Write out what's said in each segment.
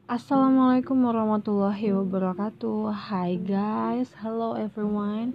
Assalamualaikum warahmatullahi wabarakatuh. Hi guys, hello everyone.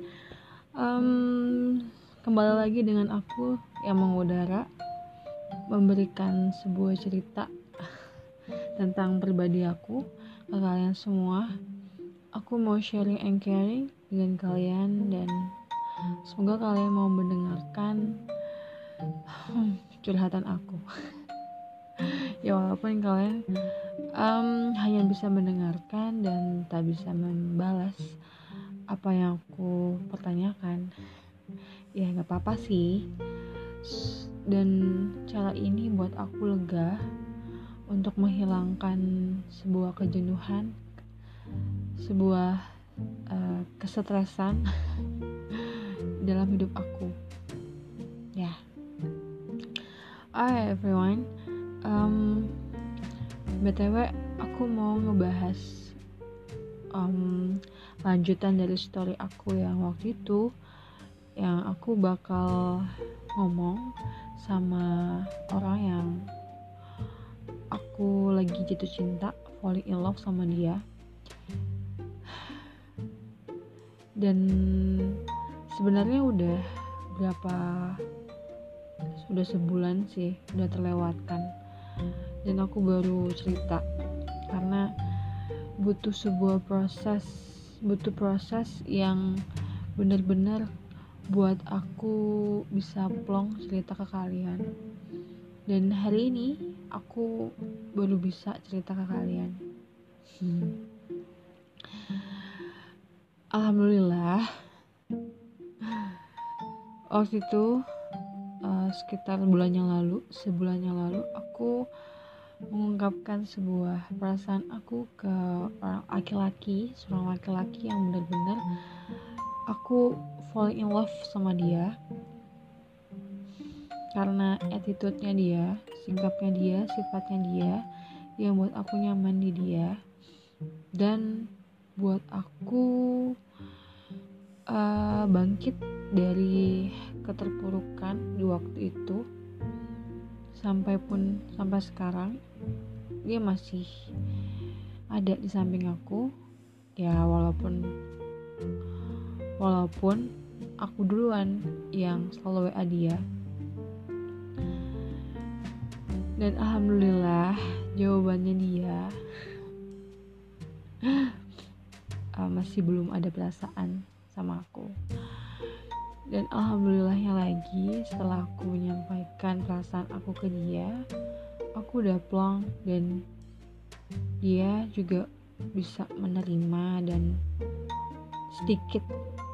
Kembali lagi dengan aku yang mengudara, memberikan sebuah cerita tentang pribadi aku ke kalian semua. Aku mau sharing and caring dengan kalian dan semoga kalian mau mendengarkan curhatan aku. Ya walaupun kalian hanya bisa mendengarkan dan tak bisa membalas apa yang aku pertanyakan, ya gak apa-apa sih. Dan cara ini buat aku lega untuk menghilangkan sebuah kejenuhan, sebuah kesetresan dalam hidup aku. Ya, Hi everyone. BTW aku mau ngebahas lanjutan dari story aku yang waktu itu, yang aku bakal ngomong sama orang yang aku lagi jatuh cinta, falling in love sama dia. Dan sebenarnya udah sebulan sih udah terlewatkan, dan aku baru cerita karena butuh proses yang benar-benar buat aku bisa plong cerita ke kalian. Dan hari ini aku baru bisa cerita ke kalian. Alhamdulillah, waktu itu sekitar sebulan yang lalu aku mengungkapkan sebuah perasaan aku ke seorang laki-laki yang benar-benar aku falling in love sama dia karena attitude-nya dia, sikapnya dia, sifatnya dia yang buat aku nyaman di dia dan buat aku bangkit dari keterpurukan di waktu itu. Sampai sekarang dia masih ada di samping aku, ya walaupun aku duluan yang selalu WA dia. Dan alhamdulillah jawabannya dia masih belum ada perasaan sama aku. Dan alhamdulillahnya lagi, setelah aku menyampaikan perasaan aku ke dia, aku udah plong dan dia juga bisa menerima dan sedikit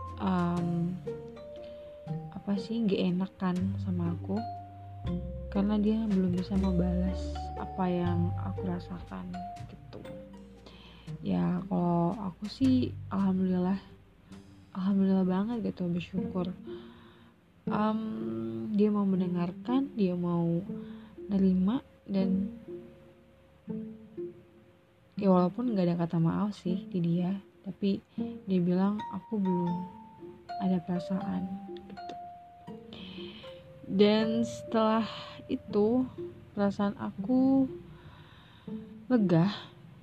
gak enak kan sama aku karena dia belum bisa membalas apa yang aku rasakan gitu. Ya kalau aku sih alhamdulillah banget gitu, bersyukur. Dia mau mendengarkan, dia mau nerima, dan ya walaupun gak ada kata maaf sih di dia, tapi dia bilang aku belum ada perasaan gitu. Dan setelah itu perasaan aku lega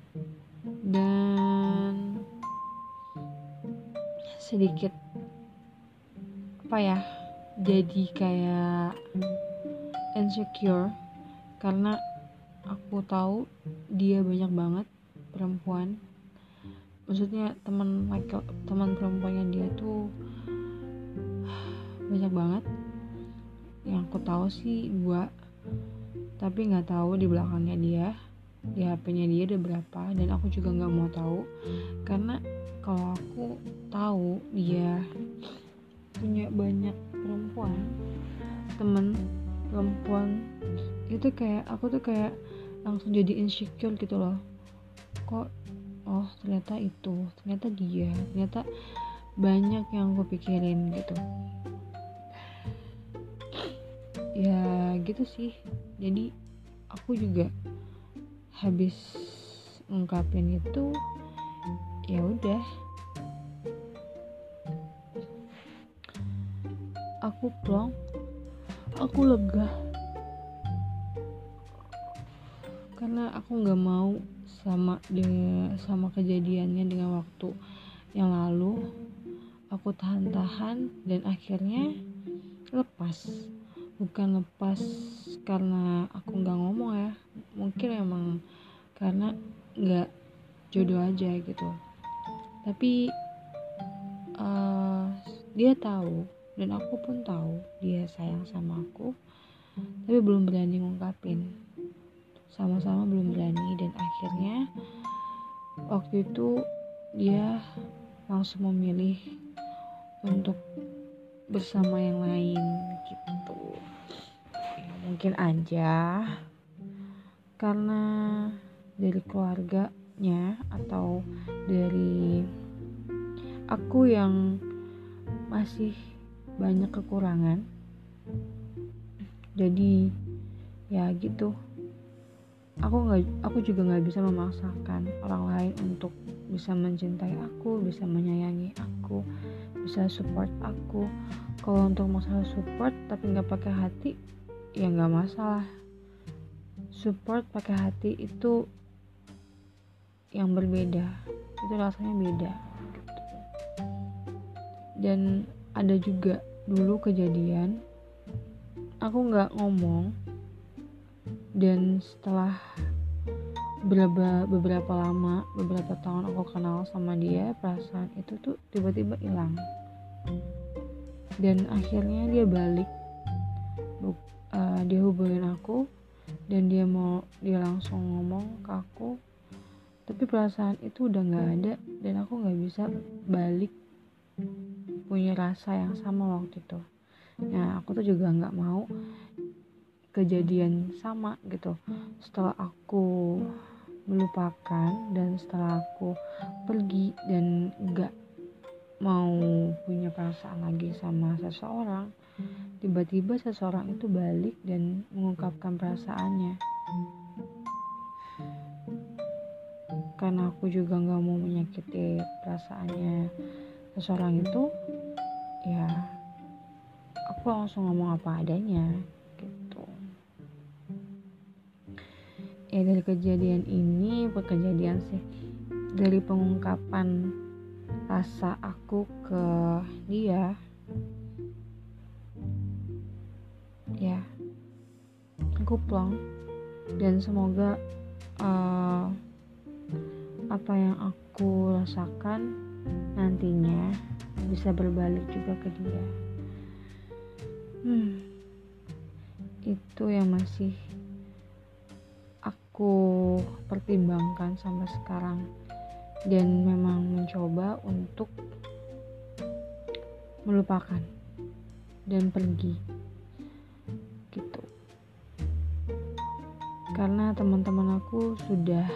dan sedikit jadi kayak insecure karena aku tahu dia banyak banget perempuan, maksudnya teman perempuannya dia tuh banyak banget. Yang aku tahu sih 2, tapi nggak tahu di belakangnya dia, di HP-nya dia ada berapa, dan aku juga nggak mau tahu karena kalau aku tahu dia punya banyak teman perempuan itu kayak aku tuh kayak langsung jadi insecure gitu loh. Kok ternyata dia ternyata banyak yang aku pikirin gitu. Ya gitu sih. Jadi aku juga habis ngungkapin itu, ya udah aku plong, aku lega karena aku nggak mau sama kejadiannya dengan waktu yang lalu. Aku tahan-tahan dan akhirnya lepas. Bukan lepas karena aku nggak ngomong ya, mungkin emang karena nggak jodoh aja gitu. Tapi dia tahu dan aku pun tahu dia sayang sama aku, tapi belum berani ngungkapin. Sama-sama belum berani, dan akhirnya waktu itu dia langsung memilih untuk bersama yang lain gitu. Mungkin aja karena dari keluarganya atau dari aku yang masih banyak kekurangan, jadi ya gitu. Aku juga nggak bisa memaksakan orang lain untuk bisa mencintai aku, bisa menyayangi aku, bisa support aku. Kalau untuk masalah support tapi nggak pakai hati, ya nggak masalah. Support pakai hati itu yang berbeda, itu rasanya beda gitu. Dan ada juga dulu kejadian aku nggak ngomong, dan setelah beberapa tahun aku kenal sama dia, perasaan itu tuh tiba-tiba hilang. Dan akhirnya dia balik, dia hubungin aku dan dia langsung ngomong ke aku, tapi perasaan itu udah nggak ada dan aku nggak bisa balik punya rasa yang sama waktu itu. Nah, aku tuh juga nggak mau kejadian sama gitu. Setelah aku melupakan dan setelah aku pergi dan nggak mau punya perasaan lagi sama seseorang, tiba-tiba seseorang itu balik dan mengungkapkan perasaannya. Karena aku juga nggak mau menyakiti perasaannya seseorang itu, ya aku langsung ngomong apa adanya gitu. Ya dari kejadian ini, dari pengungkapan rasa aku ke dia, ya aku plong. Dan semoga apa yang aku rasakan nantinya bisa berbalik juga ke dia. Itu yang masih aku pertimbangkan sampai sekarang, dan memang mencoba untuk melupakan dan pergi gitu. Karena teman-teman aku sudah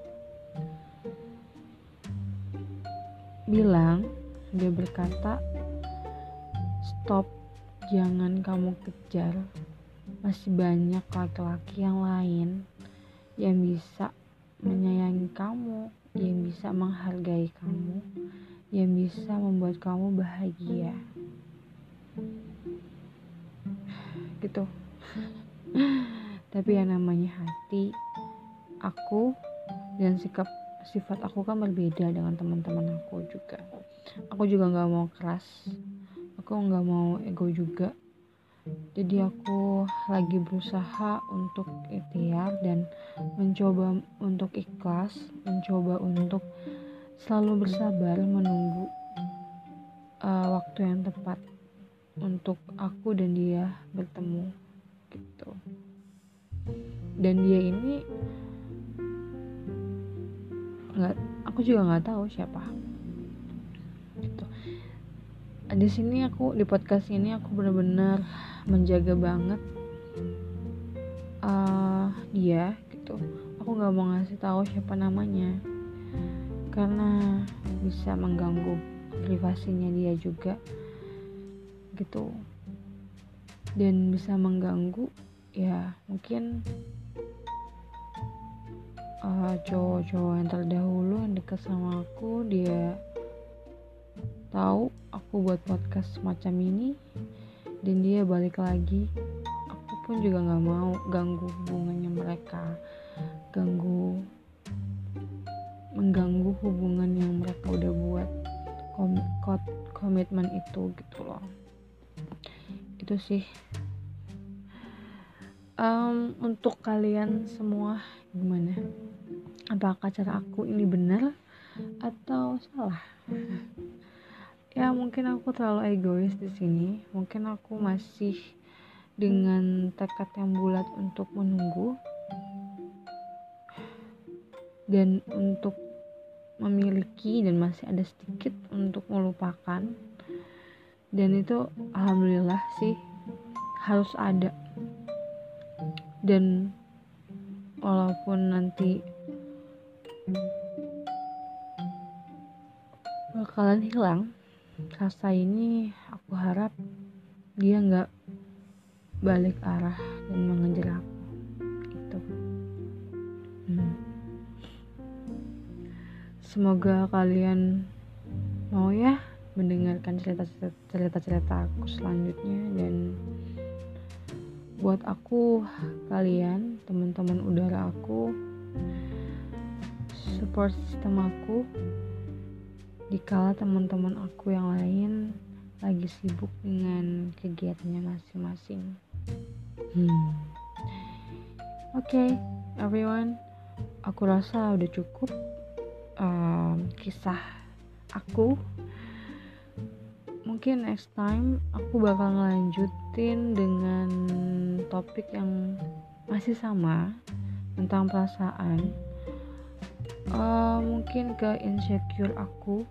berkata, stop, jangan kamu kejar, masih banyak laki-laki yang lain yang bisa menyayangi kamu, yang bisa menghargai kamu, yang bisa membuat kamu bahagia gitu. Tapi yang namanya hati, aku dan sifat aku kan berbeda dengan teman-teman aku juga. Aku juga nggak mau keras, aku nggak mau ego juga. Jadi aku lagi berusaha untuk ikhtiar dan mencoba untuk ikhlas, mencoba untuk selalu bersabar menunggu waktu yang tepat untuk aku dan dia bertemu gitu. Dan dia ini aku juga nggak tahu siapa gitu. Di sini di podcast ini aku benar-benar menjaga banget dia gitu. Aku nggak mau ngasih tahu siapa namanya karena bisa mengganggu privasinya dia juga gitu, dan bisa mengganggu ya mungkin cowok-cowok yang terdahulu yang dekat sama aku. Dia tahu aku buat podcast semacam ini dan dia balik lagi. Aku pun juga nggak mau ganggu hubungannya mereka, ganggu mengganggu hubungan yang mereka udah buat, komitmen itu gitu loh. Itu sih. Untuk kalian semua gimana? Apakah cara aku ini benar atau salah? Ya mungkin aku terlalu egois di sini. Mungkin aku masih dengan tekad yang bulat untuk menunggu dan untuk memiliki, dan masih ada sedikit untuk melupakan. Dan itu alhamdulillah sih harus ada. Dan walaupun nanti bakalan hilang rasa ini, aku harap dia nggak balik arah dan mengejar aku itu. Semoga kalian mau ya mendengarkan cerita-cerita aku selanjutnya. Dan buat aku, kalian teman-teman udara aku, support system aku dikala teman-teman aku yang lain lagi sibuk dengan kegiatannya masing-masing. Okay, everyone, aku rasa udah cukup kisah aku. Mungkin next time aku bakal ngelanjutin dengan topik yang masih sama tentang perasaan. Mungkin ke insecure aku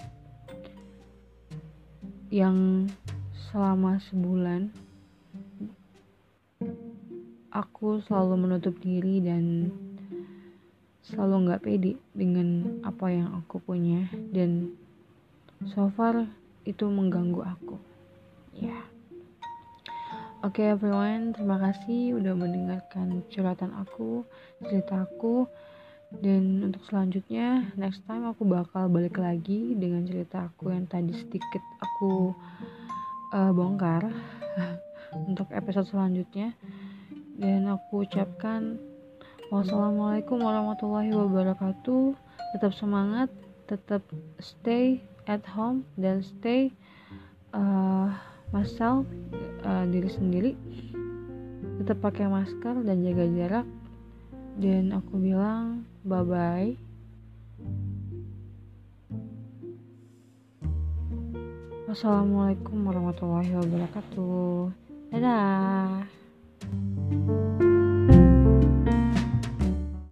yang selama sebulan aku selalu menutup diri dan selalu gak pede dengan apa yang aku punya, dan so far itu mengganggu aku. Okay everyone, terima kasih udah mendengarkan curhatan aku, cerita aku. Dan untuk selanjutnya, next time aku bakal balik lagi dengan cerita aku yang tadi sedikit aku bongkar untuk episode selanjutnya. Dan aku ucapkan wassalamualaikum warahmatullahi wabarakatuh. Tetap semangat, tetap stay at home, dan stay myself, diri sendiri. Tetap pakai masker dan jaga jarak. Dan aku bilang bye bye. Wassalamualaikum warahmatullahi wabarakatuh. Dadah.